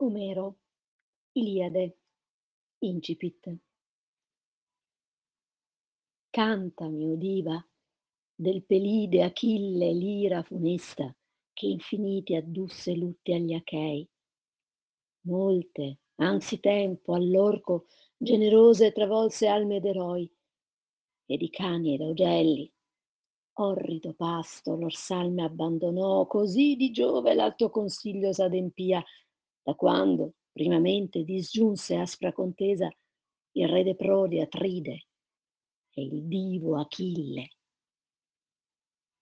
Omero, Iliade, incipit. Canta, mio diva, del Pelide Achille l'ira funesta, che infiniti addusse lutti agli Achei. Molte, anzi tempo, all'orco generose travolse alme d'eroi, e di cani ed augelli. Orrido pasto lor salme abbandonò, così di Giove l'alto consiglio s'adempia, da quando primamente disgiunse aspra contesa il re de Prodi Atride e il divo Achille.